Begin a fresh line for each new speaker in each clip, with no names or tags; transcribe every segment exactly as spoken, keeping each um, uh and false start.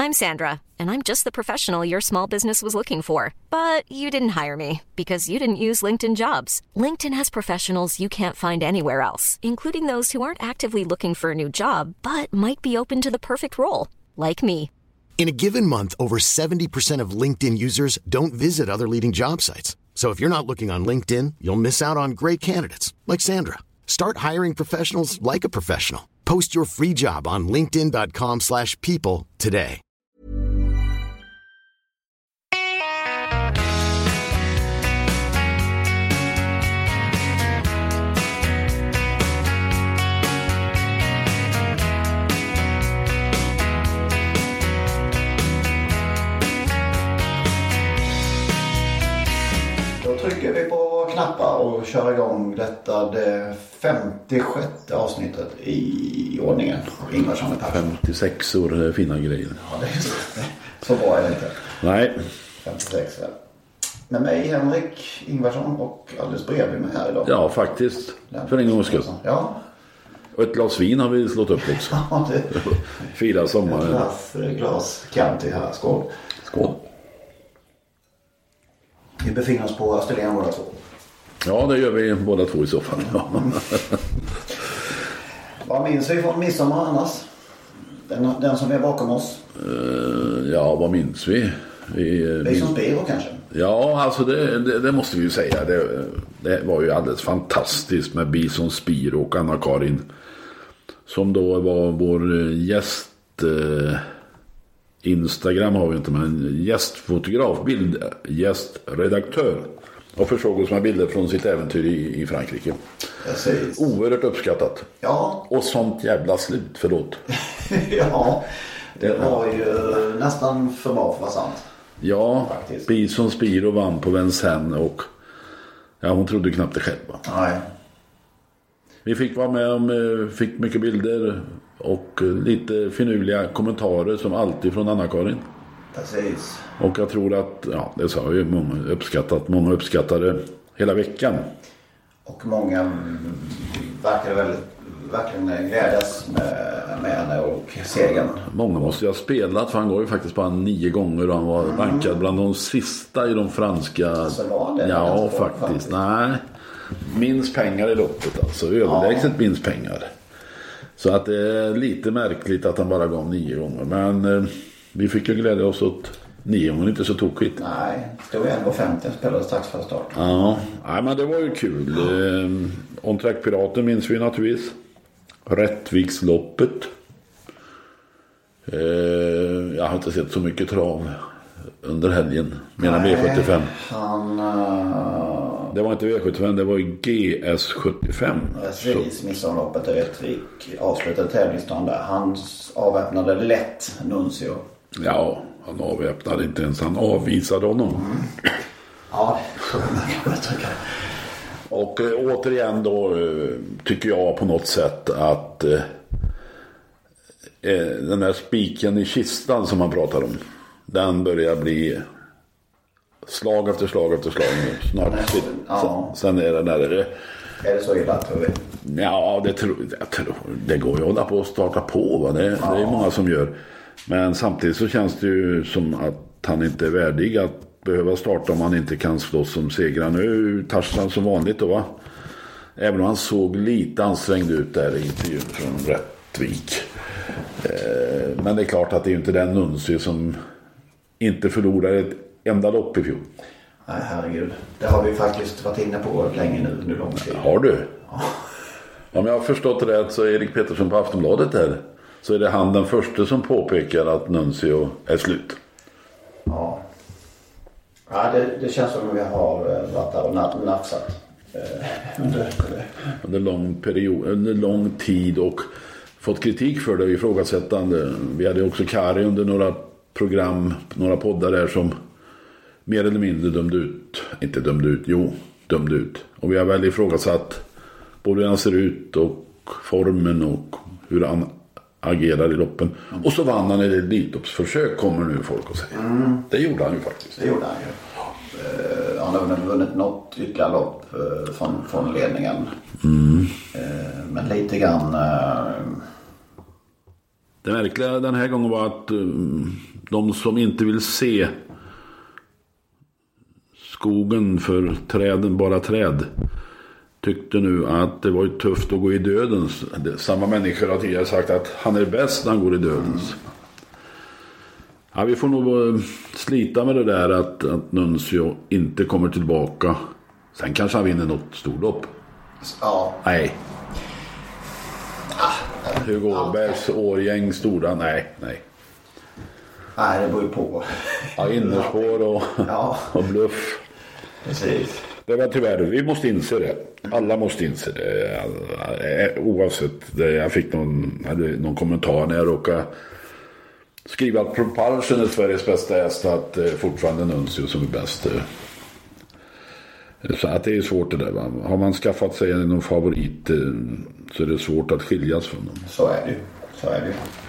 I'm Sandra, and I'm just the professional your small business was looking for. But you didn't hire me because you didn't use LinkedIn Jobs. LinkedIn has professionals you can't find anywhere else, including those who aren't actively looking for a new job, but might be open to the perfect role, like me.
In a given month, over seventy percent of LinkedIn users don't visit other leading job sites. So if you're not looking on LinkedIn, you'll miss out on great candidates like Sandra. Start hiring professionals like a professional. Post your free job on linkedin dot com slash people today.
Trycker vi på knappar och kör igång detta det femtiosjätte avsnittet i ordningen. Ingvarsson är
femtiosex år, det är fina grejer.
Ja, det är så, så bra är det inte.
Nej.
femtiosex väl. Med mig Henrik Ingvarsson och alldeles bredvid mig här idag.
Ja, faktiskt. För en gångs skull.
Ja.
Och ett glas vin har vi slått upp liksom.
Ja, det...
Fyra sommar.
Ett glas, glas Chianti här. Skål.
Skål.
Vi befinner oss på Österlen båda två.
Ja, det gör vi båda två i så fall. Ja.
Vad minns vi från midsommar annars? Den, den som är bakom oss.
Uh, ja, vad minns vi? Vi,
vi som Spiro kanske?
Ja, alltså det, det, det måste vi ju säga. Det, det var ju alldeles fantastiskt med Bison Spiro och Anna-Karin. Som då var vår gäst... Uh, Instagram har vi inte, men gästfotograf, bildgästredaktör och försåg oss med bilder från sitt äventyr i, i Frankrike.
Precis.
Oerhört uppskattat.
Ja.
Och sånt jävla slut, förlåt.
Ja, det var ju nästan för bra för att vara sant.
Ja,
faktiskt.
Bison Spiro vann på Vincennes och ja, hon trodde knappt det själv.
Nej.
Vi fick vara med om, fick mycket bilder och lite finurliga kommentarer som alltid från Anna-Karin.
Precis.
Och jag tror att, ja, det sa ju många uppskattat, många uppskattade hela veckan.
Och många verkar väldigt, verkligen glädjas med, med henne och segern.
Många måste ju ha spelat, för han går ju faktiskt bara nio gånger och han var mm. rankad bland de sista i de franska.
Så var det?
Ja, faktiskt. faktiskt. Nej. Minst pengar i loppet alltså, överlägset ja. minst pengar. Så att det är lite märkligt att han bara gav nio gånger. Men eh, vi fick ju glädja oss åt nio gånger, inte så tokigt.
Nej, det var elva femtio spelade strax för start.
Ja, nej, men det var ju kul. Eh, On-Track Piraten minns vi naturligtvis. Rättviksloppet. Eh, jag har inte sett så mycket trav under helgen. Medan V sjuttiofem.
Han... Uh...
Det var inte V sjuttiofem, det var G S sjuttiofem.
Precis, midsommarloppet i Rättvik avslutade tävlingsdagen där. Han avväpnade lätt Nuncio.
Ja, han avväpnade inte ens, han avvisade honom.
Mm. Ja, det kan man tycka.
Och äh, återigen då äh, tycker jag på något sätt att äh, den där spiken i kistan som man pratar om, den börjar bli slag efter slag efter slag nu. Snart.
Ja.
Sen, sen är det där. Är det,
är det så illa, tror vi?
Ja, det, tror, jag tror, det går ju att hålla på och starta på. Va? Det, ja. det är många som gör. Men samtidigt så känns det ju som att han inte är värdig att behöva starta om han inte kan slåss som segrar. Nu tarsar han som vanligt då, va? Även om han såg lite ansträngd ut där i intervjun från Rättvik. Eh, men det är klart att det är ju inte den Nuncio som inte förlorar ett enda lopp i fjol.
Nej, herregud. Det har vi faktiskt varit inne på länge nu under lång tid.
Har du? Ja. Om jag har förstått det rätt så är Erik Pettersson på Aftonbladet där. Så är det han den första som påpekar att Nuncio är slut.
Ja. Ja, det, det känns som att vi har varit där och nafsat. Under,
under lång period, under lång tid och fått kritik för det, ifrågasättande. Vi hade också Kari under några program, några poddar där som mer eller mindre dömde ut, inte dömde ut, jo, dömde ut. Och vi har väl ifrågasatt både hur han ser ut och formen och hur han agerar i loppen. Och så vann han ett elitloppsförsök, kommer nu folk att säga. Mm. Det gjorde han ju faktiskt.
Det gjorde han ju. Uh, han har vunnit något ytterligare lopp uh, från, från ledningen. Mm. Uh, men lite grann... Uh,
Det märkliga den här gången var att um, de som inte vill se skogen för träden, bara träd, tyckte nu att det var tufft att gå i dödens. Samma människor har tidigare sagt att han är bäst när han går i dödens. Ja, vi får nog slita med det där att, att Nuncio inte kommer tillbaka. Sen kanske han vinner något storlopp.
Ja.
Nej. Hugo Åbergs årgäng stora, nej, nej.
Nej, det beror ju på.
Ja, innerspår och,
ja.
och bluff.
Precis.
Det var tyvärr, vi måste inse det. Alla måste inse det. Oavsett, det, jag fick någon, någon kommentar när jag råkade skriva att Propulsion är Sveriges bästa häst, att det är fortfarande Nuncio som är bäst. Så att det är svårt det där. Va? Har man skaffat sig någon favorit så är det svårt att skiljas från dem.
Så är det ju. Så är det ju.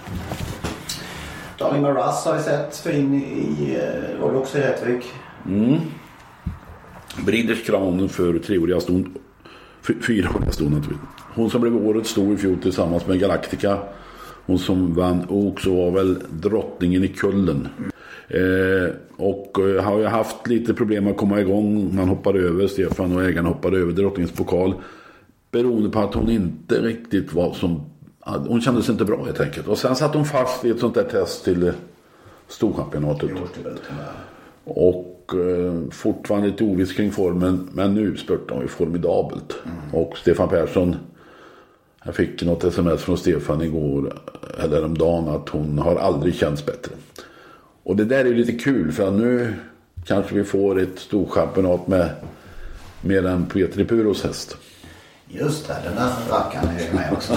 Darling Maras har vi sett fin i var det också i Rättvik.
Mm. Breeders Crown för treåriga ston. Fyraåriga ston naturligtvis. Hon som blev årets sto i fjol tillsammans med Galactica. Hon som vann och också var väl drottningen i kullen. Mm. Eh, och eh, har ju haft lite problem att komma igång. Man hoppade över, Stefan och ägaren hoppade över drottningens pokal. Beroende på att hon inte riktigt var som... Hon kändes inte bra helt enkelt. Och sen satt hon fast i ett sånt där test till storchampionatet. Och eh, fortfarande lite oviss kring formen. Men nu spurtar hon ju formidabelt. Mm. Och Stefan Persson... Jag fick något sms från Stefan igår eller om dagen att hon har aldrig känts bättre. Och det där är lite kul för att nu kanske vi får ett storchampionat med mer än Petri Puros häst.
Just det, den där rackaren är med också.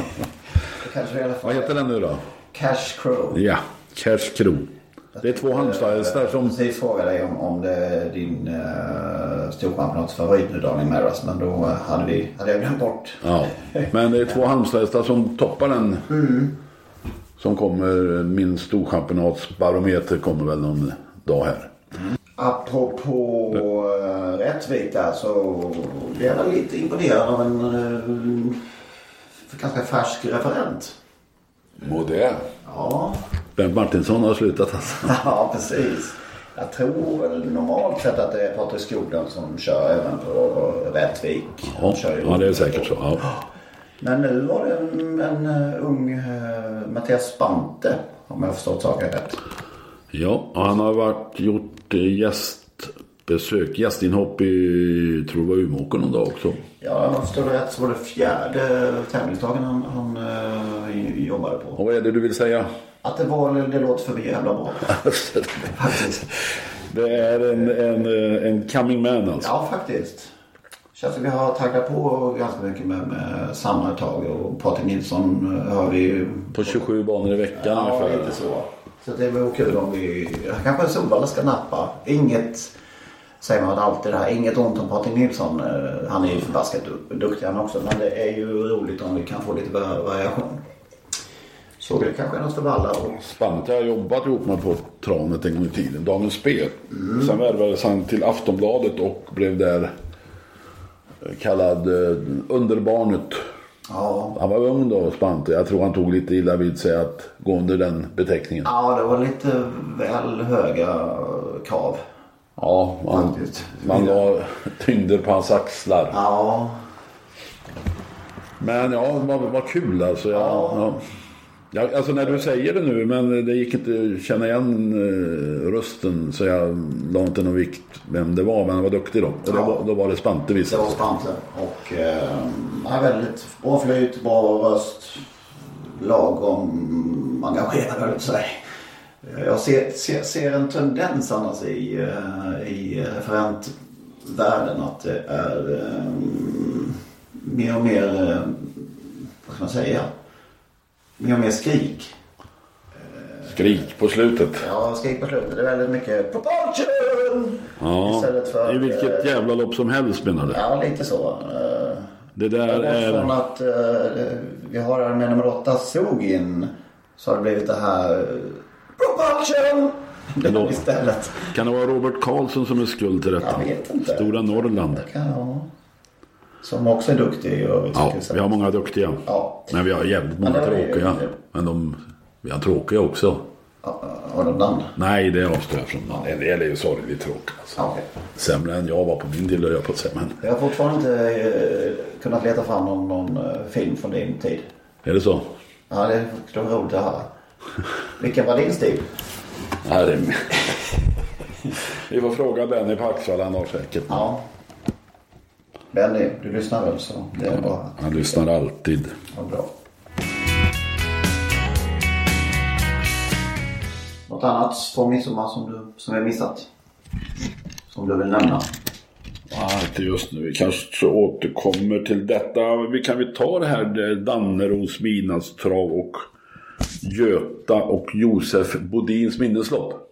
Vad heter den nu då?
Cash Crow.
Ja, Cash Crow. Det är två Halmstadhästar som...
Jag frågade dig om, om det är din uh, storchampionats favorit nu, Darling Maras, men då hade, vi, hade jag glömt bort.
Ja, men det är två Halmstadhästar som toppar den. Mm. Som kommer, min storchampionatsbarometer kommer väl någon dag här.
Mm. Apropå uh, Rättvik där så blev jag lite imponerad av en uh, ganska färsk referent.
Modern.
Ja.
Bent Martinsson har slutat alltså.
Ja, precis. Jag tror väl normalt sett att det är Patrik Skoglund som kör även på Rättvik.
Ja, ja det är säkert så. Ja.
Men nu var det en, en ung uh, Mattias Spante, om jag förstått saker rätt.
Ja, han har varit gjort gästbesök, gästinhopp i, tror jag var Umeåker någon dag också.
Ja, om jag förstår det rätt så var det fjärde tävlingsdagen han, han uh, jobbade på.
Och vad är det du vill säga?
Att det var, det låter för jävla bra. Faktiskt.
Det är en, en, en coming man alltså.
Ja, faktiskt. Känns att vi har taggat på ganska mycket med, med samma tag. Och Patrik Nilsson hör vi ju...
På tjugosju banor i veckan
ja,
ungefär.
Lite så. Så det var kul om vi... Kanske Solvalla ska nappa. Inget... Säger man alltid det här. Inget ont om Patrik Nilsson. Han är ju förbaskat duktig han också. Men det är ju roligt om vi kan få lite variation. Så det kanske är något för Valla. Och...
Spante har jobbat ihop med på Tranet en gång i tiden. Dagens spel. Mm. Sen värvades han till Aftonbladet och blev där kallad eh, underbarnet.
Ja.
Han var ung då, Spante. Jag tror han tog lite illa vid sig att gå under den beteckningen.
Ja, det var lite väl höga krav.
Ja, man, man la tyngder på hans axlar.
Ja.
Men ja, det var, var kul alltså. Jag, ja. Ja. Ja, alltså när du säger det nu, men det gick inte att känna igen uh, rösten, så jag la inte någon vikt vem det var, men han var duktig då. Ja. Var, då var det Spante visst.
Det var Spante och uh, är väldigt bra flyt, bra röst, lagom engagerad, höll jag säga. Jag ser, ser, ser en tendens annars i, uh, i referentvärlden att det är uh, mer och mer, uh, vad ska man säga, mer och mer skrik.
Skrik på slutet.
Ja, skrik på slutet. Det är väldigt mycket propulsion!
Ja,
istället för
i vilket äh, jävla lopp som helst menar du?
Ja, lite så.
Det där är...
Från att uh, vi har här med nummer åtta Sogin, så har det blivit det här propulsion! Det då, istället.
Kan det vara Robert Karlsson som är skuld till detta?
Jag vet inte.
Stora Norrland.
Det kan vara. Som också är duktig. Och
ja, vi har många duktiga.
Ja.
Men vi har jävligt många tråkiga. Men de Vi har tråkiga också.
Har de namn?
Nej, det avstår jag från. En del är ju sorgligt tråkiga. Alltså.
Okay.
Sämre än jag var på min tid, jag på sig. Men...
Jag har fortfarande inte eh, kunnat leta fram någon, någon eh, film från din tid.
Är det så?
Ja, det är, det är roligt att höra. Vilken var din stil?
Ja, det är... Vi får fråga Benny på Axel, han har säkert.
Ja. Benny, du lyssnar väl så det är bra.
Han lyssnar alltid.
Ja, bra. Något annat från midsommar som du som är missat? Som du vill nämna?
Ja, inte just nu. Vi kanske återkommer till detta. Vi kan vi ta det här Danneros midnattstrav och Göta och Josef Bodins minneslopp.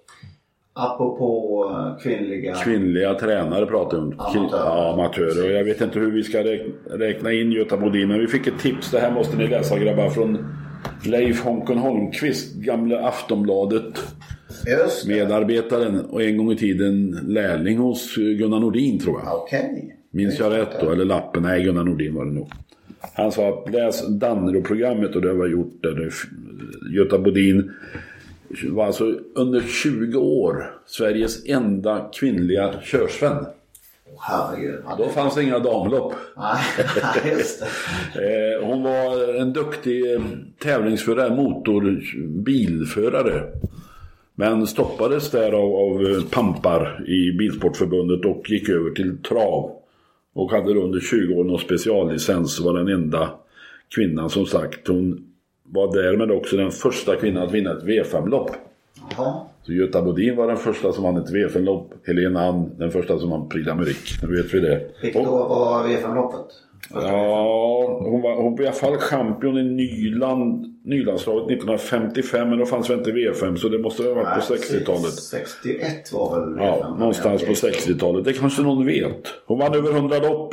Apropå kvinnliga...
Kvinnliga tränare pratar vi om.
Amatörer.
Ja, amatörer. Och jag vet inte hur vi ska räkna in Göta Bodin. Men vi fick ett tips. Det här måste ni läsa, grabbar. Från Leif Honken Holmqvist, gamla Aftonbladet.
Just det.
Medarbetaren. Och en gång i tiden lärling hos Gunnar Nordin, tror jag.
Okej. Okay.
Minns jag rätt då? Eller lappen? Nej, Gunnar Nordin var det nog. Han sa att läs Dannero-programmet, och det var gjort där. Göta Bodin var alltså under tjugo år Sveriges enda kvinnliga körsvän.
Herregud.
Då fanns det inga damlopp.
Nej, just
det. Hon var en duktig tävlingsförare, motorbilförare. Men stoppades där av, av pampar i Bilsportförbundet och gick över till trav. Och hade under tjugo år någon speciallicens, var den enda kvinnan, som sagt. Hon var därmed också den första kvinnan att vinna ett V fem-lopp.
Jaha.
Så Göta Bodin var den första som vann ett V fem-lopp. Helena Ann, den första som vann Prix d'Amérique. Nu vet vi det.
Vilket då var V fem-loppet?
Ja, hon var, hon var i alla fall champion i Nyland, Nylandslaget nittonhundrafemtiofem. Men då fanns väl inte V fem, så det måste ha varit på sextiotalet.
sextioett var väl V fem?
Ja, någonstans på sextiotalet. Det kanske någon vet. Hon vann över hundra lopp.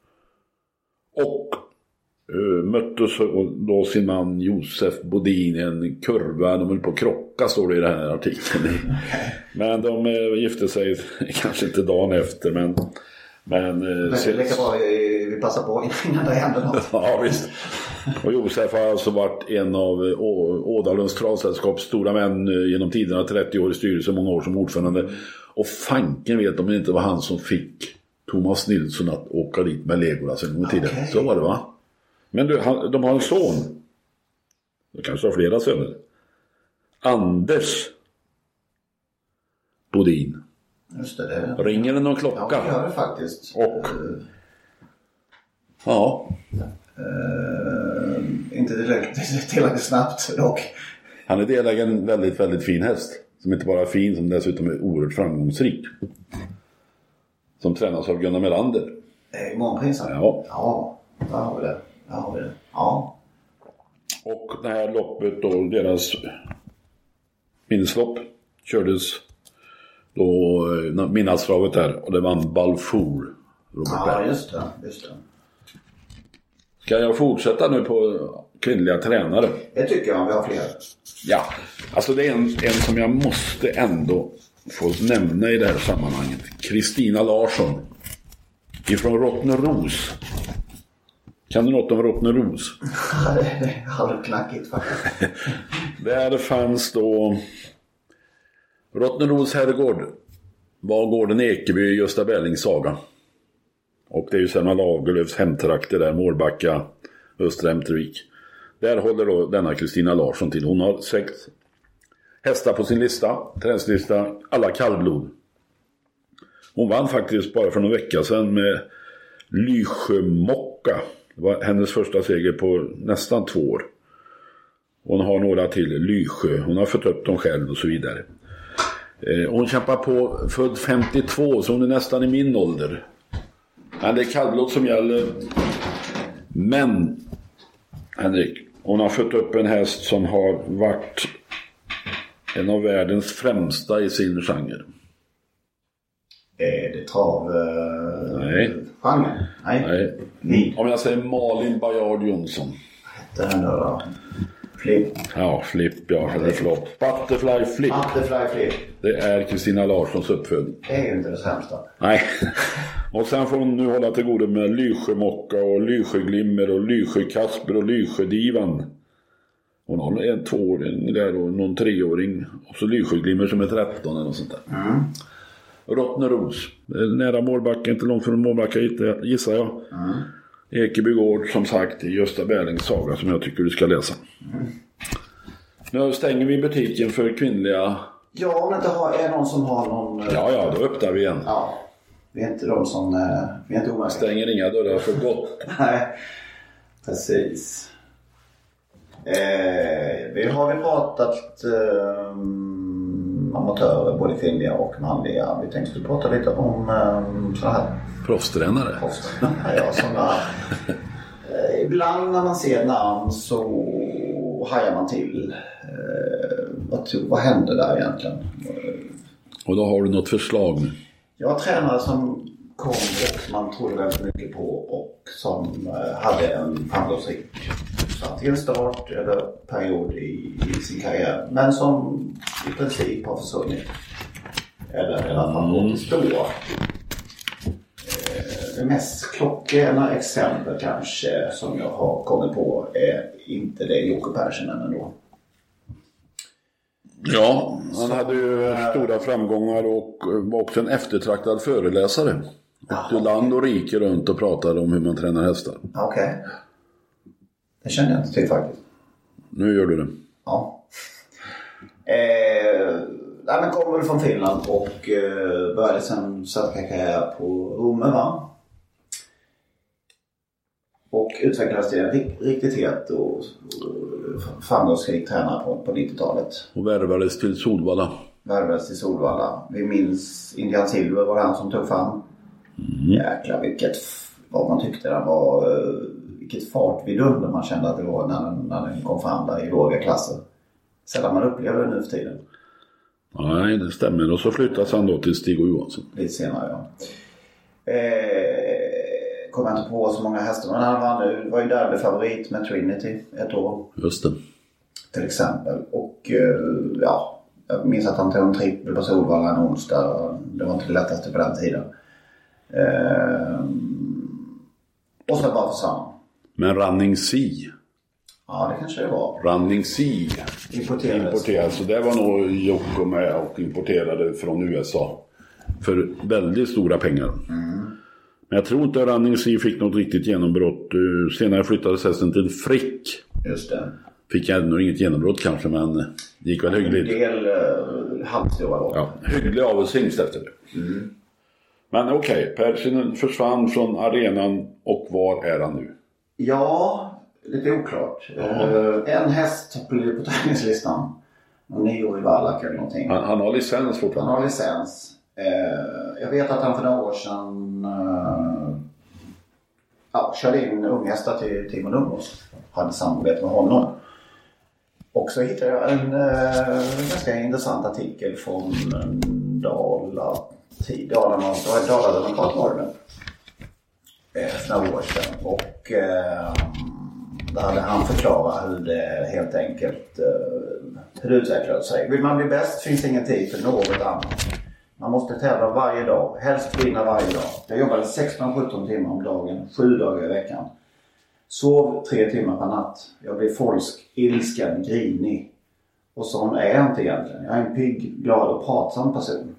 Och uh, möttes då sin man Josef Bodin i en kurva. De höll på att krocka, står det i den här artikeln.
Okay.
Men de uh, gifte sig kanske inte dagen efter, men... Men,
men det är lika bra vi passar på innan det händer något.
Ja, visst. Och Josef har alltså varit en av Ådalens travsällskaps stora män genom tiderna, trettio år i styrelsen, många år som ordförande. Och fanken vet om det inte var han som fick Thomas Nilsson att åka dit med Legolas en gång i tiden. Okay. Så var det, va? Men du, han, de har en son. De kanske har flera söner. Anders Bodin.
Just det, det.
Ringer det någon klocka?
Ja, det gör det faktiskt.
Och?
Uh,
ja.
Uh, inte tillräckligt, tillräckligt snabbt dock.
Han är delägare en väldigt, väldigt fin häst. Som inte bara är fin, som dessutom är oerhört framgångsrik. Som tränas av Gunnar Melander.
Eh, Morgonprinsen?
Ja.
Ja, där har vi det. Där har vi det. Ja.
Och det här loppet då, deras minneslopp, kördes då midnattstravet där, och det vann Balfour.
Ja, just det, just det.
Ska jag fortsätta nu på kvinnliga tränare?
Det tycker jag, om vi har fler.
Ja, alltså det är en, en som jag måste ändå få nämna i det här sammanhanget. Kristina Larsson ifrån Rottneros. Kan du något om Rottneros?
Ja, det är halvknackigt faktiskt.
Där fanns då Rottneros herrgård, var gården Ekeby, Gösta Bellings saga. Och det är ju Selma Lagerlöfs hemtrakter där, Mårbacka, Östra Ämtervik. Där håller då denna Kristina Larsson till. Hon har sex hästar på sin lista, tränslista, alla kallblod. Hon vann faktiskt bara för någon vecka sedan med Lysjömocka. Det var hennes första seger på nästan två år. Hon har några till, Lysjö. Hon har fått upp dem själv och så vidare. Hon kämpar på, född femtiotvå, så hon är nästan i min ålder. Men det är kallblod som gäller. Men Henrik, hon har fått upp en häst som har varit en av världens främsta i sin genre.
Är det trav? Uh,
Nej.
Genre? Nej.
Nej. Om jag säger Malin Bajard Jonsson.
Vad heter den då? Flip.
Ja, Flip, ja. Eller flopp. Butterfly Flip.
Butterfly Flip.
Det är Kristina Larssons uppfödning.
Det är ju inte det sämsta.
Nej. Och sen får hon nu hålla till godo med Lysjömocka och Lysjöglimmer och Lysjökasper och Lysjödivan. Och någon är en tvååring där och någon treåring. Och så Lyskjöglimmer som är tretton eller något sånt där. Mm. Rottneros. Nära målbacken, inte långt från målbacken gissar jag. Mm. Ekeby gård, som sagt, i Gösta Berlings saga som jag tycker du ska läsa. Mm. Nu stänger vi butiken för kvinnliga...
Ja, om det inte har, är någon som har någon...
Ja, ja, då öppnar vi igen.
Ja, vi är inte de som... Vi är inte omöjliga.
Stänger inga dörrar för gott.
Nej, precis. Eh, vi har vi pratat eh, amatörer, både kvinnliga och manliga. Vi tänkte prata lite om eh, sådana här...
Proffstränare.
Proffstränare, ja, sådana... eh, ibland när man ser namn så hajar man till. Eh, vad, vad händer där egentligen?
Och då har du något förslag nu?
Jag har tränare som kom och man trodde väldigt mycket på och som eh, hade en framgångsrik antingen start eller period i, i sin karriär. Men som i princip har försvunnit. Eller i alla fall gått i stå. Det mest klockrena exempel kanske som jag har kommit på är inte det Jocke Persson ändå.
Ja, han hade ju stora framgångar och var också en eftertraktad föreläsare. Åkte land och rike runt och pratade om hur man tränar hästar.
Okej. Okay. Det känner jag inte till faktiskt.
Nu gör du det.
Ja. Eh, nej, men kom väl från Finland och eh, började sen söka karriär på Romme, va? Och utvecklades till en riktigt het och, och framgångsrik tränare på, på nittiotalet.
Och värvades till Solvalla.
Värvades till Solvalla. Vi minns Indian Silver var han som tog fram. Mm. Jäklar vilket, vad man tyckte den var, vilket fart vid under man kände att det var när den, när den kom fram där i låga klasser. Sällan man upplever det nu för tiden.
Nej, det stämmer. Och så flyttas han då till Stig och Johansson.
Lite senare, ja. Eh, kommer jag inte på så många hästar. Men han var, nu, var ju derbyfavorit med Trinity ett år.
Just det.
Till exempel. Och eh, ja, jag minns att han tog en trippel på Solvalla en onsdag. Det var inte det lättaste på den tiden. Eh, och så bara försvann.
Men Running Sea.
Ja, det kanske det var.
Running Sea.
Importerades.
Importerades. Så det var nog Jocko med och importerade från U S A. För väldigt stora pengar. Mm. Men jag tror inte att Running Sea fick något riktigt genombrott. Senare flyttades hästen till Frick.
Just det.
Fick jag nog inget genombrott kanske, men det gick väl hyggligt.
En del uh, halvstora då.
Ja, hygglig avelshingst efter det. Mm. Men okej, okay, Persson försvann från arenan och var är han nu?
Ja, lite oklart. Uh, en häst på, på träningslistan. Nio i Wallach eller någonting.
Han, han har licens fortfarande?
Han har licens. Uh, jag vet att han för några år sedan uh, ja, körde in unghästar till Timo Nummos. Hade samarbete med honom. Och så hittade jag en uh, ganska intressant artikel från Dala tid. Dalarna, det var Dala-Demokrat var det nu. För några år sedan. Och uh, där hade han förklarat hur det helt enkelt uh, hur det utvecklade sig. Vill man bli bäst finns ingen tid för något annat. Man måste tävla varje dag, helst vinna varje dag. Jag jobbade sexton sjutton timmar om dagen, sju dagar i veckan. Sov tre timmar per natt. Jag blev folsk, ilsken, grinig. Och sån är jag inte egentligen. Jag är en pigg, glad och pratsam person.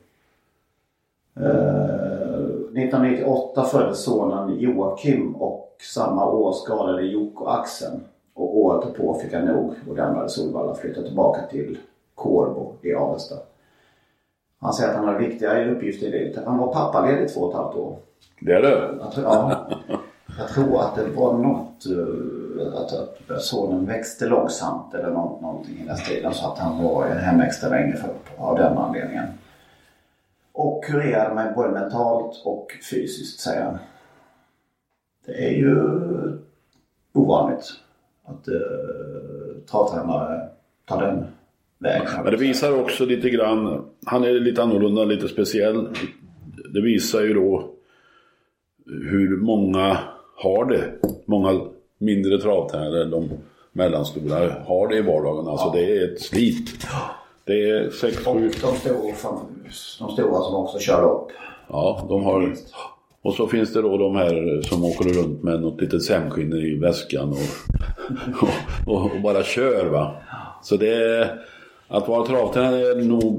Uh, nittonhundranittioåtta föddes sonen Joakim och samma år skadade Jocko axeln. Och året på fick han nog och lämnade Solvalla och flyttade tillbaka till Kårbo i Avesta. Han säger att han har viktiga uppgifter i livet. Han var pappaledig två och ett halvt år.
Det är det?
Jag tror, ja, jag tror att det var något, att, att sonen växte långsamt eller något, någonting i den stilen. Så att han var hemma extra länge för, av den anledningen. Och kurerade mig både mentalt och fysiskt, säger han. Det är ju ovanligt att uh, travtränare tar den vägen.
Men det visar också lite grann, han är lite annorlunda, lite speciell. Det visar ju då hur många har det. Många mindre travtränare, de mellanstora, har det i vardagen. Alltså ja. Det är ett slit. Det är sex,
och
sju...
de stora, de stora som också kör upp.
Ja, de har Och så finns det då de här som åker runt med något litet sämskinn i väskan och, och, och, och bara kör, va. Så det är, att vara travtränare är nog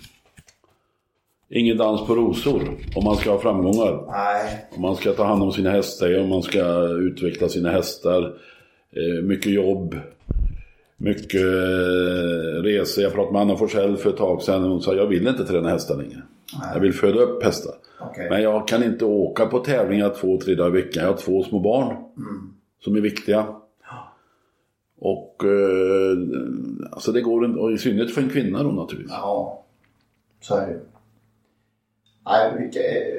ingen dans på rosor om man ska ha framgångar.
Nej.
Om man ska ta hand om sina hästar, om man ska utveckla sina hästar. Mycket jobb, mycket resor. Jag pratade med Anna Forsell för ett tag sedan och hon sa jag vill inte träna hästar längre. Nej. Jag vill föda upp hästar. Okay. Men jag kan inte åka på tävlingar två, tre dagar i veckan. Jag har två små barn mm. som är viktiga. Och eh, alltså det går en, och i synnerhet för en kvinna då naturligtvis.
Ja, så är det. Nej, vilka,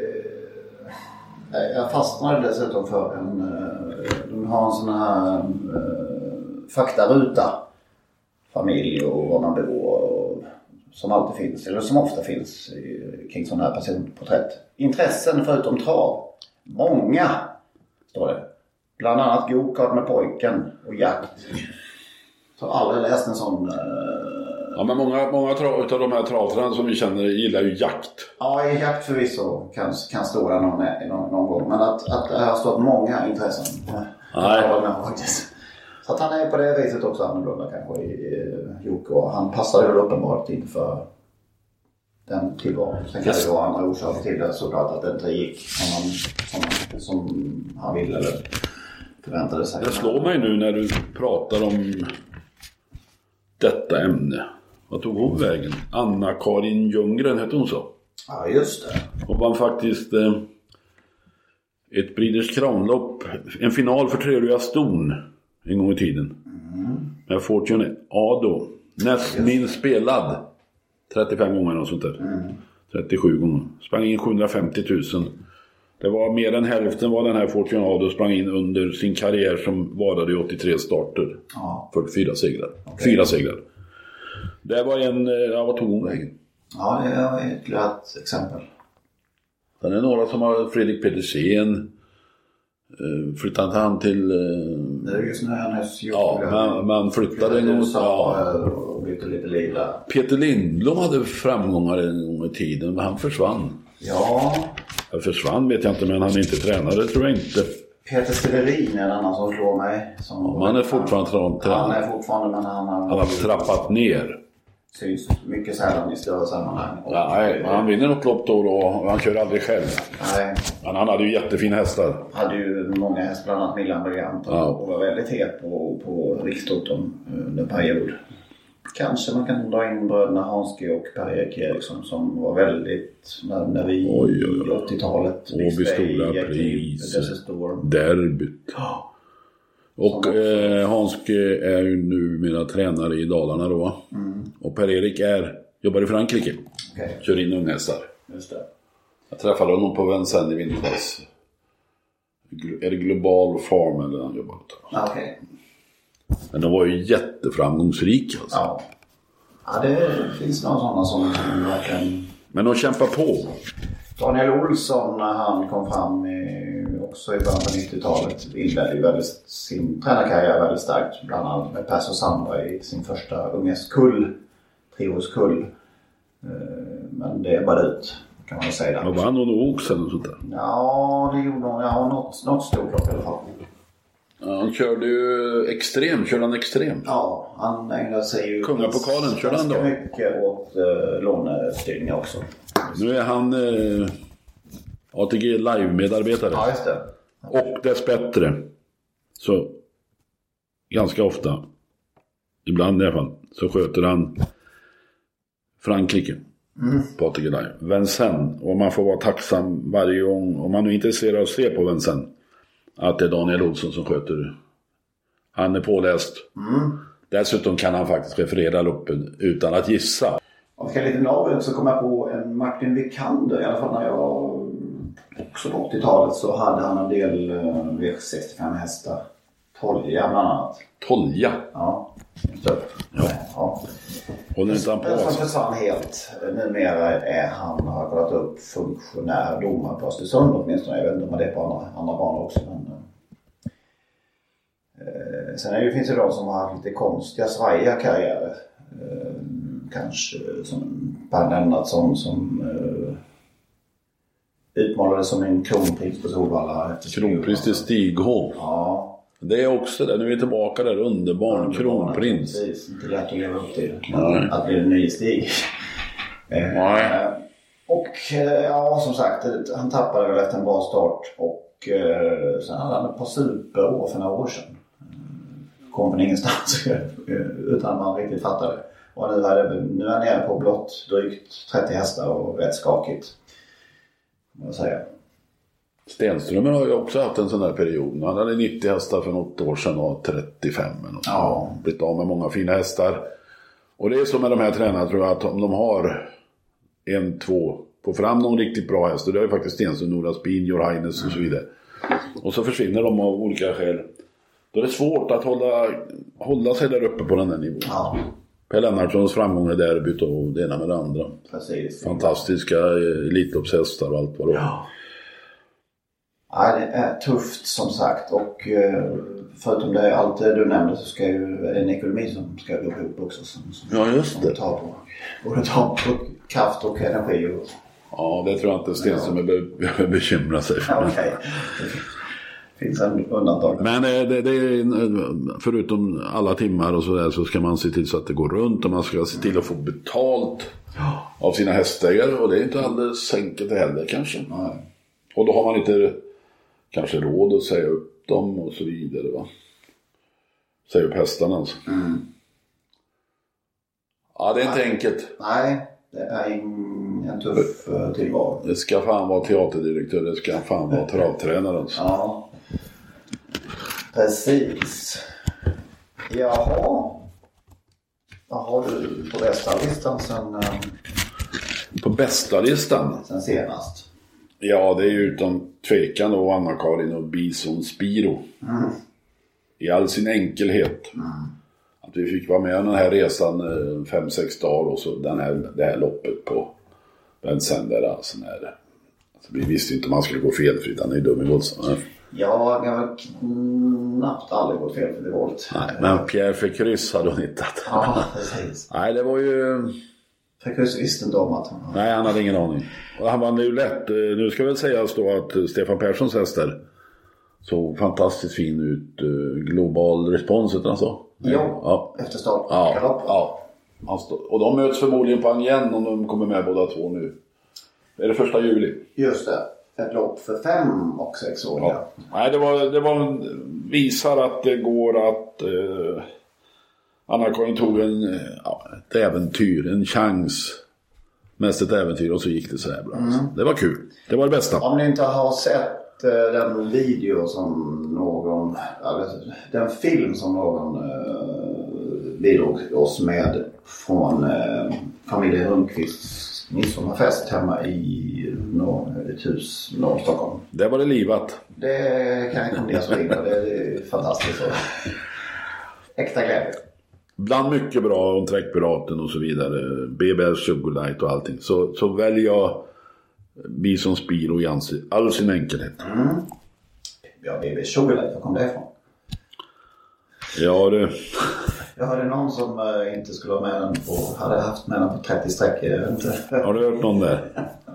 jag fastnade dessutom för en, de har en sån här äh, faktaruta, familj och vad man bor och, som alltid finns, eller som ofta finns i, kring sådana här personporträtt. Intressen förutom trav. Många, står det. Bland annat go-kart med pojken och jakt. Så aldrig läst en sån... Äh...
Ja, men många, många tra- utav de här travtränarna som vi känner gillar ju jakt.
Ja, i jakt förvisso kan, kan stå där någon, någon, någon gång. Men att, att det har stått många intressen.
Nej.
Så att han är på det viset också annorlunda kanske i, i Jocke. Och han passade väl uppenbart inte för den tillvaron. Sen kan det vara andra orsaker till det, såklart att det inte gick som han, som, som han ville eller förväntade sig.
Det slår mig nu när du pratar om detta ämne. Vad tog hon vägen? Anna-Karin Ljunggren hette hon så.
Ja, just det.
Hon vann faktiskt eh, ett Breeders Crown-lopp. En final för Treröja Ston en gång i tiden. Mm. Med Fortune A då. Näst minst spelad. trettiofem gånger och sånt där. Mm. trettiosju gånger. Sprang in sjuhundrafemtio tusen. Det var mer än hälften vad den här Fortune A då sprang in under sin karriär som varade i åttiotre starter. Ja. fyrtiofyra segrar. Okay. Fyra segrar. Det var en, ja, vad tog hon vägen?
Ja, det är ett glatt exempel.
Sen är det några som har Fredrik Pedersen. Flyttade inte han till...
Det är just när hennes jobb.
Ja, man, man flyttade en gång.
Ja, och bytte lite lila.
Peter Lindblom hade framgångar en gång i tiden, men han försvann.
Ja.
Han försvann vet jag inte, men han är inte tränare, tror jag inte.
Peter Severin är en annan som slår mig. Som
ja, han är fortfarande tränare.
Han är fortfarande, men han har...
Han har trappat ner.
Syns mycket sällan i större sammanhang.
Ja, nej, men han vinner något lopp då och då. Han kör aldrig själv.
Nej.
Men han hade ju jättefina hästar.
Hade ju många hästar, bland annat Milan Briant. Ja. Och var väldigt het på, på Rikstoton under en period. Kanske man kan dra in bröderna Hanske och Per-Erik Eriksson som var väldigt, när, när vi oj, oj, oj. åttiotalet.
Åby stora pris. Derbyt. Ja. Och eh, Hanske är ju numera tränare i Dalarna då. Mm. Och Per-Erik är, jobbar i Frankrike. Okay. Kör in unghästar.
Just det.
Jag träffade honom på Vincennes i vintras. Är det Global Farm eller han jobbar på?
Okej. Okay.
Men de var ju jätteframgångsrika alltså.
Ja. Ja, det finns några sådana som verkligen...
Men de kämpar på.
Daniel Olsson, när han kom fram i, också i början på nittiotalet, inledde ju väldigt, sin tränarkarriär väldigt starkt. Bland annat med Perso Sandra i sin första ungeskull, trioskull. Men det är bara ut, kan man säga.
Men vann hon också eller sånt där?
Ja, det gjorde hon. Ja, något, något stort lopp i alla fall.
Ja, han körde ju extrem, körde han extrem?
Ja, han ägnade sig ju...
Kungapokalen körde han då?
Mycket åt uh, lånestyrningar också.
Nu är han uh, A T G Live-medarbetare.
Ja, just det.
Och dessbättre så ganska ofta, ibland i alla fall, så sköter han Frankrike mm. på A T G Live. Vincennes, och man får vara tacksam varje gång, om man nu är intresserad av att se på Vincennes, att det är Daniel Olsson som sköter. Han är påläst. Mm. Dessutom kan han faktiskt referera loppen utan att gissa.
Om jag ska lite norrut så kom jag på en Martin Vikander. I alla fall när jag också på åttiotalet så hade han en del uh, V sextiofem hästar. Tolja bland annat.
Tolja?
Ja. Så,
ja.
ja.
Håller inte han på?
Den som försvann helt. Numera är han har kollat upp funktionär domare på Östersund åtminstone. Jag vet inte om det är på andra, andra banor också. Men, eh, sen är det, finns det de som har lite konstiga, svajiga karriärer. Eh, kanske som Per Lennartsson som eh, utmålades som en kronprins på Solvalla.
Kronprins till Stigholm.
Ja.
Det är också det. Nu är vi tillbaka där. Underbarn. Kronprins.
Precis. Inte lätt att leva upp till. Nej. Att bli en ny Stig.
Nej.
Och ja, som sagt, han tappade väl efter en bra start. Och eh, sen hade han ett par superår för några år sedan. Kom från ingenstans utan man riktigt fattade. Och nu är, det, nu är han nere på blott drygt trettio hästar och rätt skakigt. Vad säger jag?
Stenströmer har ju också haft en sån här period. Han hade nittio hästar för något år sedan och trettiofem. Ja. Blivit av med många fina hästar. Och det är så med de här tränarna, tror jag, att om de har en, två, får fram någon riktigt bra häst. Och det är ju faktiskt Stenström, Nora Spin, Jorheines mm. och så vidare. Och så försvinner de av olika skäl. Då är det svårt att hålla, hålla sig där uppe på den här nivån. Ja. Per Lennartssons framgångar där bytte och det ena med det andra.
Precis.
Fantastiska elitloppshästar och allt vad det var.
Ja. Ja, det är tufft som sagt. Och förutom det, allt det du nämnde, så ska ju en ekonomi som ska gå ihop också. Som, som,
ja, just det.
Som tar på, både tar på kraft och energi. Och...
Ja, det tror jag inte Sten som behöver bekymra sig för.
Ja, okej. Finns en undantag.
Men det, det är, förutom alla timmar och så där, så ska man se till så att det går runt och man ska se till att få betalt av sina hästägare, och det är inte alldeles enkelt heller kanske. Nej. Och då har man inte kanske råd att säga upp dem och så vidare, va? Säga upp hästarna alltså. Mm. Ja, det är inte
Nej.
enkelt.
Nej, det är en tuff tillvaro.
Det ska fan vara teaterdirektör, det ska fan vara travtränare alltså.
Ja. Precis. Jaha. Vad har du på bästa listan sen?
På bästa listan?
Sen senast.
Ja, det är ju utan tvekan då Anna-Karin och Bison Spiro. Mm. I all sin enkelhet. Mm. Att vi fick vara med den här resan fem, sex dagar och så den här, det här loppet på Bensändare. Alltså, alltså, vi visste inte om man skulle gå felfritt, han är ju dum i våldsamma.
Ja, jag har knappt aldrig gått fel för det våldet.
Nej, men Pierre Fekryss hade hon hittat.
Ja, precis.
Nej, det var ju...
Fekryss visste inte om att han...
Nej, han hade ingen aning. Och han var nu lätt. Nu ska väl sägas då att Stefan Perssons hästar såg fantastiskt fin ut. Global respons, utan så.
Ja, ja, efter start.
Ja, ja. Och de möts förmodligen på igen om de kommer med båda två nu. Är det första juli?
Just det. Ett lopp för fem och sex år.
Ja. Nej, det var, det var visar att det går att eh, Anna-Karin tog en, ja, ett äventyr, en chans, mest ett äventyr, och så gick det så här bra. Mm. Det var kul. Det var det bästa.
Om ni inte har sett eh, den video som någon, eller, den film som någon eh, bidrog oss med från eh, familjen Rundqvists midsommarfest hemma i norr, ett hus norr om Stockholm.
Det var det livat.
Det kan jag rekommendera så in. Det är fantastiskt. Äkta glädje.
Bland mycket bra om Träckpiraten och så vidare. B B S Sugarlight och allting. Så, så väljer jag Bison Spiro i all sin enkelhet.
Mm. Ja, B B S Sugarlight, var kom det ifrån?
Ja, det...
Jag hörde någon som uh, inte skulle ha med den på, hade haft med den på trettio streck.
Har du hört någon där?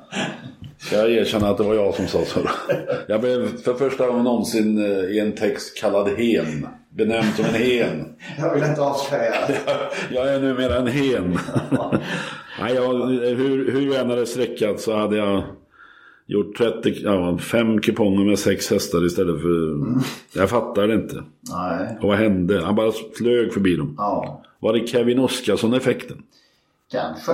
Jag erkänner att det var jag som sa så. Jag blev för första gången någonsin uh, i en text kallad hen. Benämnd som en hen.
Jag vill inte avslöja.
jag, jag är numera en hen. Nej, jag, hur, hur jag än hade sträckat så hade jag gjort trettio, ja, fem kuponger med sex hästar istället för... Mm. Jag fattar det inte.
Nej. Och
vad hände? Han bara flög förbi dem.
Ja.
Var det Kevin Oskarsson-effekten?
Kanske.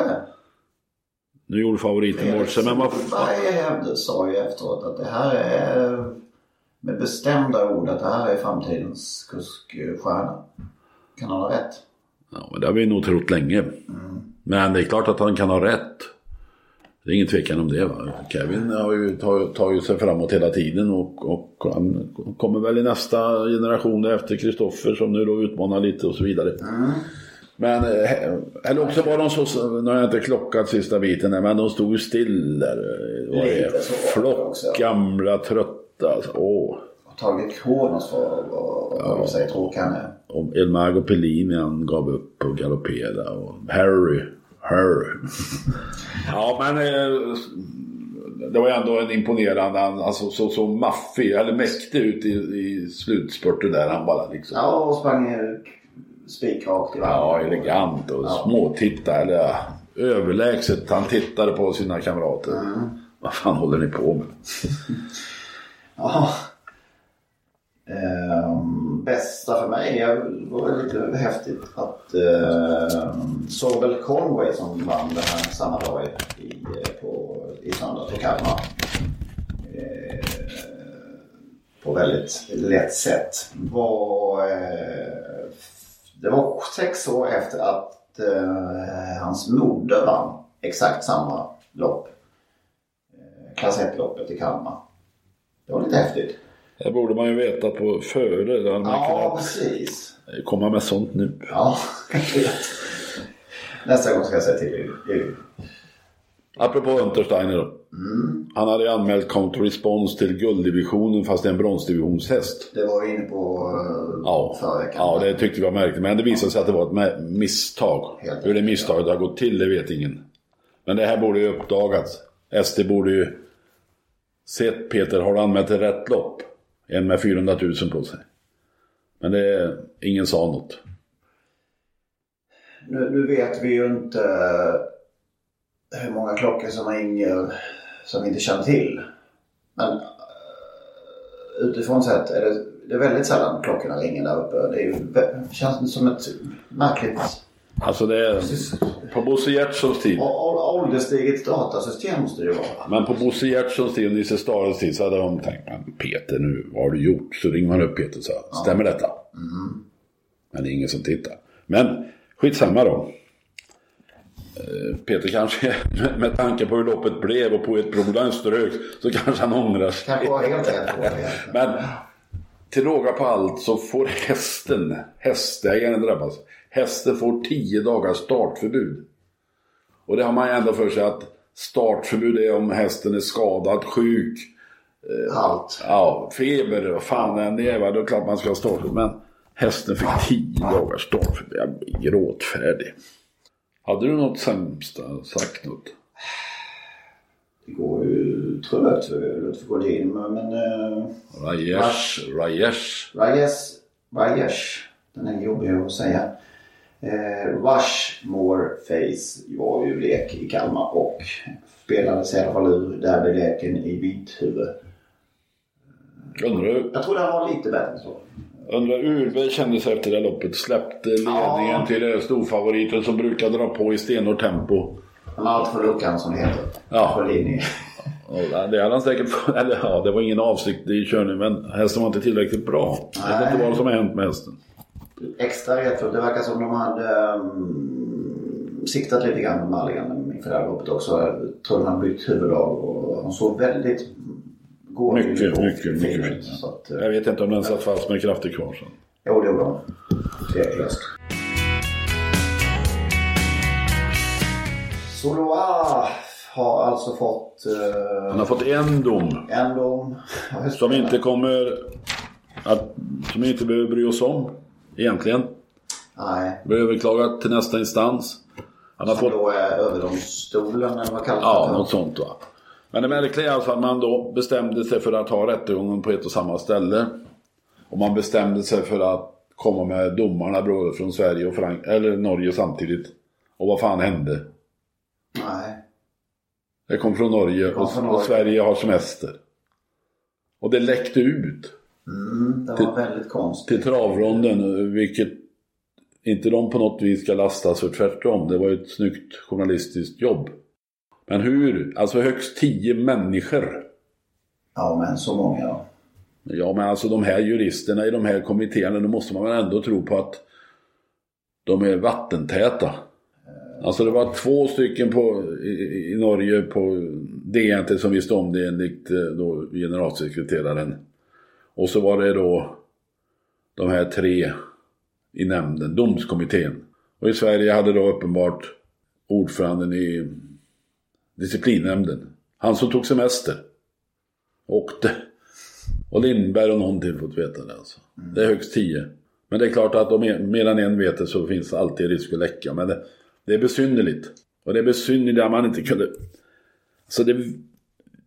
Nu gjorde favoriten bort sig, men vad...
Jag sa ju efteråt att det här är med bestämda ord att det här är framtidens kuskstjärna. Kan han ha rätt?
Ja, men det har vi nog trott länge. Mm. Men det är klart att han kan ha rätt. Det är ingen tvekan om det, va? Kevin har ju tagit sig framåt hela tiden och, och han kommer väl i nästa generation efter Kristoffer som nu då utmanar lite och så vidare. Mm. Men eller också var de så, nu har jag inte klockat sista biten där, men de stod ju still där. Det var det flock, gamla, trötta. Alltså, åh.
Och tagit Kronos för vad du säger tråkig han är.
Och Elmago Pellini, han gav upp och galopperade. Och Harry Harry. Ja, men eh, det var ändå en imponerande, alltså så, så maffig, eller mäktig ut i, i slutspurten där han bara liksom.
Ja, och sprang spikrakt i varandra.
Ja, elegant och ja. Småtitta, eller överlägset. Han tittade på sina kamrater. Mm. Vad fan håller ni på med?
Ja. Ehm, bästa för mig var lite häftigt att eh, Sobel Conway som vann det här samma dag i, på, i söndags på Kalmar eh, på väldigt lätt sätt var eh, det var sex år efter att eh, hans moder vann exakt samma lopp, eh, klass ett-loppet i Kalmar. Det var lite häftigt.
Det borde man ju veta på före. Där man
ja, precis.
Komma med sånt nu.
Ja, nästa gång ska jag säga till er.
Apropå Untersteiner då.
Mm.
Han hade anmält Counter Response till gulddivisionen fast det är en bronsdivisionshäst.
Det var inne på uh,
ja.
förra veckan.
Ja, det tyckte vi var märkligt. Men det visade sig att det var ett misstag. Helt Hur det misstaget har gått till, det vet ingen. Men det här borde ju uppdagats. S T borde ju sett, Peter, har du anmält ett rätt lopp? En med fyrahundratusen på sig. Men det, ingen sa något.
Nu, nu vet vi ju inte hur många klockor som ringer som vi inte känner till. Men utifrån sett är det, det är väldigt sällan klockorna ringer där uppe. Det, är ju, det känns som ett märkligt...
Alltså det är på Bosse Gertsons tid.
Ålderstiget datasystem måste det vara.
Men på Bosse Gertsons tid och Nisse Starens tid så hade de tänkt, men Peter, nu vad har du gjort? Så ringer man upp Peter och sa, stämmer ja. detta? Mm. Men det är ingen som tittar. Men skitsamma då. Peter kanske, med tanke på hur loppet blev och på ett problem strök, så kanske han ångrar sig.
Kanske var helt rätt på det.
Men till råga på allt så får hästen, hästägaren drabbas. Hästen får tio dagars startförbud. Och det har man ju ändå för sig att startförbud är om hästen är skadad, sjuk.
Allt.
Ja, feber, vad fan än det är, va? Då är det klart man ska ha startförbud. Men hästen fick tio dagars startförbud. Jag blir gråtfärdig. Hade du något sämsta sagt något?
Det går ju trögt för att gå in. Men... Uh,
Rajesh. Rajesh.
Rajesh. Rajesh. Den är jobbig att säga. Eh, Rushmore Face var ju lek i Kalmar och spelade sig i alla fall ur derbyleken i Vidhuvud.
Undrar,
jag tror det var lite bättre så.
Undrar Urberg kände sig efter det loppet, släppte ledningen ja. till storfavoriten som brukar dra på i stenhårt tempo.
Han har allt för luckan som det heter.
Ja.
För linje.
Ja, det hade han säkert, eller ja, det var ingen avsikt i körningen, men hästen var inte tillräckligt bra. Nej. Jag vet inte vad som har hänt med hästen.
Extra rätt för det verkar som de hade um, siktat lite grann med Malligan inför det här loppet också. Jag tror de hade bytt huvudlag och han såg väldigt god
mycket, mycket, mycket, mycket fint.
Så att,
jag vet inte om den satt fast med krafter kvar sen.
Jo, det var tveklöst. Soloa har alltså fått... Uh,
han har fått en dom.
En dom.
Som inte kommer... Att, som inte behöver bry oss om egentligen.
Nej.
Blir överklagat till nästa instans. Han har
som
fått...
då är överdomstolen eller vad kallas det?
Ja, något sånt va. Men det märkliga är alltså att man då bestämde sig för att ha rättegången på ett och samma ställe. Och man bestämde sig för att komma med domarna både från Sverige och Frank- eller Norge samtidigt. Och vad fan hände?
Nej.
Det kom från Norge, kom från och, Norge. Och Sverige har semester. Och det läckte ut.
Mm, det var till, väldigt konstigt.
Till travronden, vilket inte de på något vis ska lastas för, tvärtom. Det var ett snyggt journalistiskt jobb. Men hur? Alltså högst tio människor.
Ja, men så många då.
Ja, men alltså de här juristerna i de här kommittéerna, då måste man väl ändå tro på att de är vattentäta. Alltså det var två stycken på, i, i Norge på D N T som visste om det enligt då generalsekreteraren. Och så var det då de här tre i nämnden, domskommittén. Och i Sverige hade då uppenbart ordföranden i disciplinnämnden. Han som tog semester. Åkte. Och Lindberg och någon till fått veta det alltså. Mm. Det är högst tio. Men det är klart att om mer än en vet det så finns det alltid risk att läcka. Men det, det är besynnerligt. Och det är besynnerligt att man inte kunde... Så det,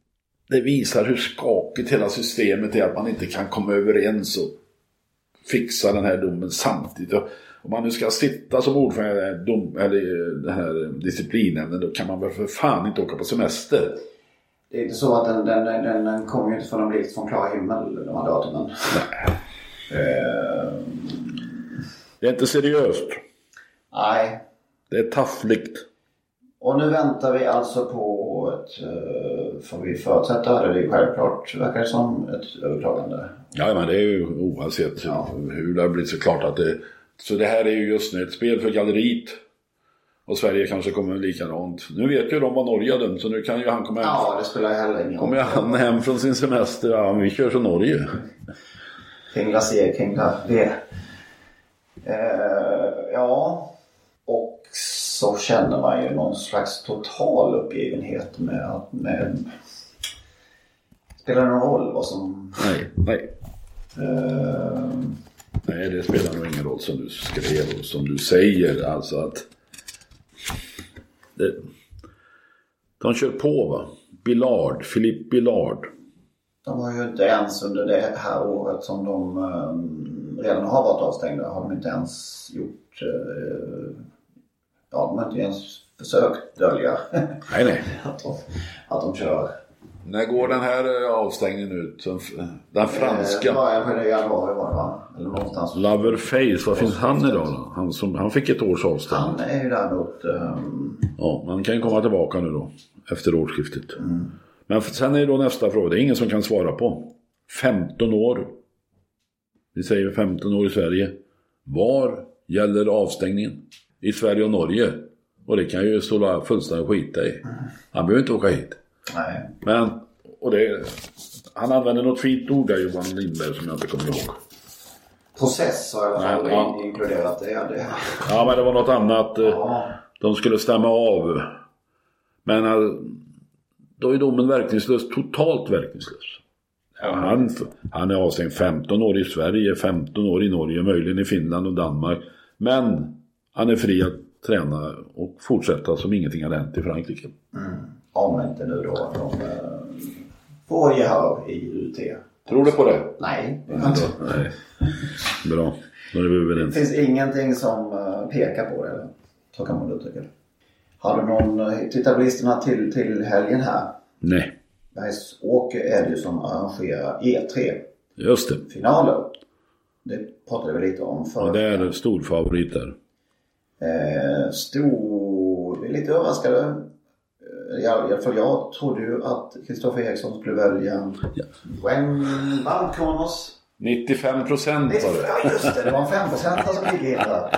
det visar hur skakigt hela systemet är, att man inte kan komma överens och fixa den här domen samtidigt. Och om man nu ska sitta som ordförande dom, eller den här disciplinämnen, då kan man väl för fan inte åka på semester.
Det är inte så att den, den, den, den kommer ju inte från en blixt från klar himmel, de här datumen.
Nej.
Uh,
det är inte seriöst.
Nej.
Det är taffligt.
Och nu väntar vi alltså på ett, uh, får vi förutsätta, eller det är självklart, verkar det som, ett överklagande.
Ja, men det är ju oavsett ja. hur det har blivit så klart att det... Så det här är ju just nu ett spel för galleriet. Och Sverige kanske kommer likadant. Nu vet ju de vad Norge har dömt, så nu kan ju han komma hem.
Ja, det spelar heller ingen roll.
Kommer han hem från sin semester, ja, vi kör så Norge.
Kringla C, kringla D. Uh, ja, och så känner man ju någon slags total uppgivenhet med att med... spelar det någon roll vad som...
Nej, nej.
Uh...
Nej, det spelar nog ingen roll som du skrev och som du säger. Alltså att... Det... De kör på, va? Billard, Philippe Billard.
De har ju inte ens under det här året som de um, redan har varit avstängda, har de inte ens gjort... Uh... Ja, de har inte ens försökt dölja
nej, nej.
att, de, att de kör.
När går den här avstängningen ut? Den franska?
Eh, början på det januari var det, va? Eller någonstans.
Loverface, vad finns han idag då? Han, som, han fick ett års avstängning.
Han är ju däremot... Um...
Ja, man kan ju komma tillbaka nu då. Efter årsskiftet.
Mm.
Men sen är då nästa fråga. Det är ingen som kan svara på. femton år. Vi säger femton år i Sverige. Var gäller avstängningen? I Sverige och Norge. Och det kan ju stå fullständigt skita i. Han behöver inte åka hit.
Nej.
Men, och det, han använder något fint ord där, Johan Lindberg, som jag inte kommer ihåg.
Process har jag i alla fall
ja.
inkluderat det, det.
Ja, men det var något annat.
Ja.
De skulle stämma av. Men då är domen verkningslös, totalt verkningslös. Ja, han, han är avstängd femton år i Sverige, femton år i Norge, möjligen i Finland och Danmark. Men han är fri att träna och fortsätta som ingenting har hänt i Frankrike.
Mm. Om inte nu då att de äh, får gehör i U T.
Tror du på det?
Nej. Det
inte. Nej. Bra. Då är vi överens.
Det finns ingenting som äh, pekar på det. Eller? Så kan man uttrycka det. Har du någon, tittar på listorna till, till helgen här?
Nej.
Bergsåker är det ju som arrangerar E tre.
Just det.
Finaler. Det pratade vi lite om förut.
Och det är en stor favorit där.
Eh, stor, vi är lite överraskade. I alla fall jag trodde ju att Kristoffer Eriksson skulle välja
ja.
Wayne Kronos.
nittiofem procent var det.
Ja, just det. Det var fem procent som gick in där.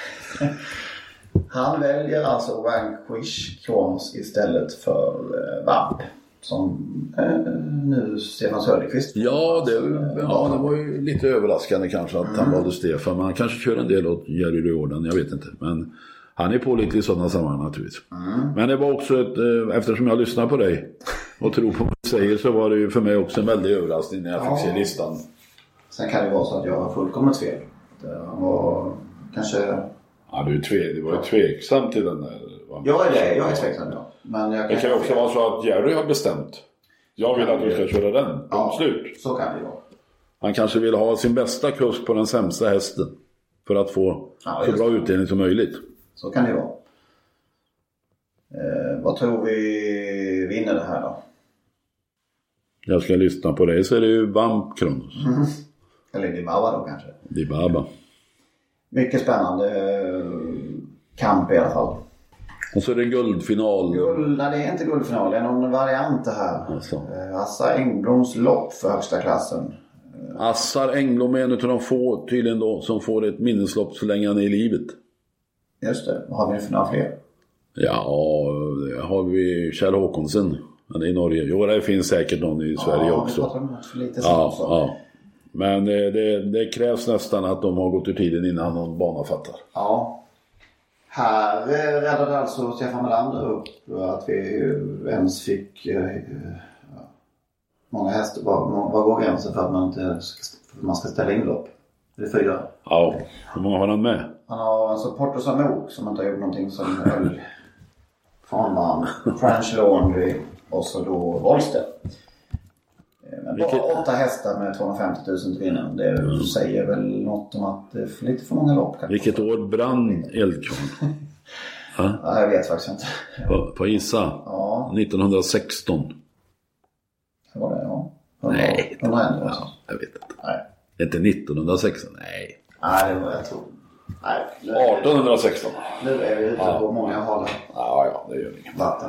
Han väljer alltså Vanquish Kronos istället för eh, Vamp. Som eh, nu Stefan Söderqvist.
Ja det, ja, det var ju lite överraskande kanske att mm. han valde Stefan. Men han kanske kör en del åt Jerry Riordan, jag vet inte. Men han är på lite i sådana sammanhang naturligtvis. Mm. Men det var också ett, eh, eftersom jag lyssnar på dig och tror på vad du säger, så var det ju för mig också en väldig överraskning när jag ja. fick se listan.
Sen kan det vara så att jag har fullkomligt fel. Det var kanske...
Ja, du, är tve, du var ju tveksam till den där. Va?
Jag är det, jag är tveksam, ja. Men jag kan
det kan ju också vara så att Jerry har bestämt. Jag vill att du ska köra den.
Ja,
slut.
Så kan det vara.
Han kanske vill ha sin bästa kusk på den sämsta hästen. För att få ja, så bra utdelning som möjligt.
Så kan det vara. Eh, vad tror vi vinner det här då?
Jag ska lyssna på det, så är det ju Vamp Kronos.
Mm. Eller Dibaba då kanske.
Dibaba.
Mycket spännande kamp i alla fall.
Och så är det guldfinal.
Guld, nej, det är inte guldfinal, det är någon variant här.
Alltså.
Eh, Assar Engbloms lopp för högsta klassen.
Eh. Assar Engblom är en av de få tydligen då som får ett minneslopp så länge han är i livet.
Just det, vad har vi för några fler?
Ja, det har vi Kjell Håkonsen. Han är i Norge. Jo, det finns säkert någon i Sverige
ja,
också.
Ja, vi pratar om för lite
ja,
också.
Ja. Men det, det, det krävs nästan att de har gått ur tiden innan någon bana fattar.
Ja. Här räddade alltså Stefan Melander upp att vi ens fick eh, många hästar. Vad, vad går gränsen för att man inte för man ska ställa in lopp? Det är fyra.
Ja, hur många har han med?
Han har alltså Porto Samok som inte har gjort någonting som höll Farman, French Laundry och så då Wollstedt. Bara Vilket... åtta hästar med tvåhundrafemtio tusen till vinnaren. Det mm. säger väl något om att det är lite för många lopp.
Vilket år brann Eldkvarn?
Ja? Ja, jag vet faktiskt inte.
På, på Isa? Ja. nittonhundrasexton.
Det var det, ja.
hundra, Nej.
hundra, hundra,
ja, jag vet inte.
Nej.
Inte nittonhundrasexton, nej.
Nej, det var jag tror.
Nej, artonhundrasexton.
Nu är vi ute ja. på många håll.
Ja, ja, det gör inget.
Vatten.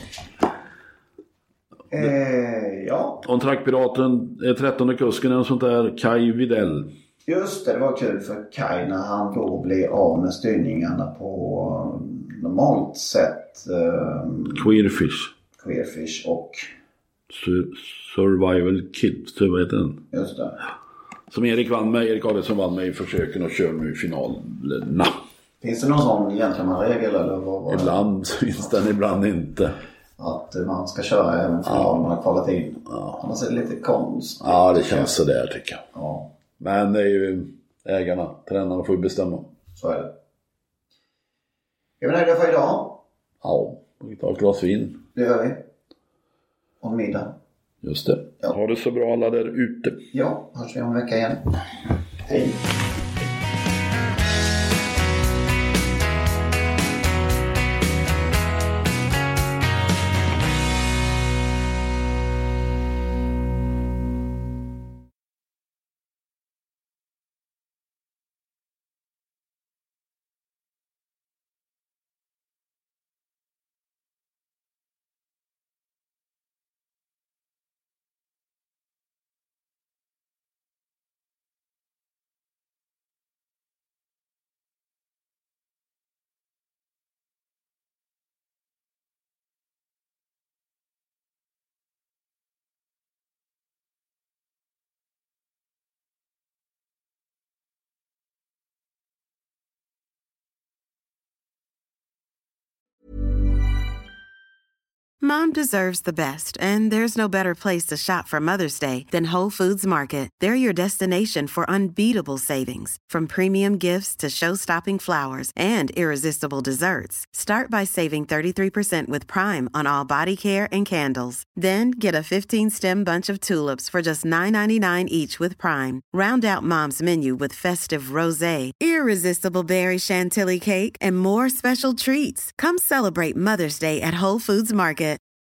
Eh, ja.
Och Trackpiraten är trettonde kusken och sånt där, Kai Videll.
Just det, det var kul för Kai när han då blev av med styrningarna på normalt sätt. Eh,
Queerfish.
Queerfish och...
Sur- survival Kid, så vad heter den?
Just det.
Som Erik vann med, Erik Adelsson vann med i försöken och kör nu i finalerna.
Finns det någon sån gentlemanregel eller vad? vad
ibland finns den, ibland inte.
Att man ska köra även final ja. man har kvalat in.
Ja.
Annars är det lite konst.
Ja, det känns så där tycker jag.
Ja.
Men det är ju ägarna, tränarna får ju bestämma.
Så är det. Är vi nöjda för idag?
Ja, vi tar ett glas vin.
Det gör vi. Och middag.
Just det.
Ja.
Ha det så bra alla där ute.
Ja, hörs vi om en vecka igen. Hej.
Mom deserves the best, and there's no better place to shop for Mother's Day than Whole Foods Market. They're your destination for unbeatable savings, from premium gifts to show-stopping flowers and irresistible desserts. Start by saving thirty-three percent with Prime on all body care and candles. Then get a fifteen-stem bunch of tulips for just nine ninety-nine each with Prime. Round out Mom's menu with festive rosé, irresistible berry chantilly cake, and more special treats. Come celebrate Mother's Day at Whole Foods Market.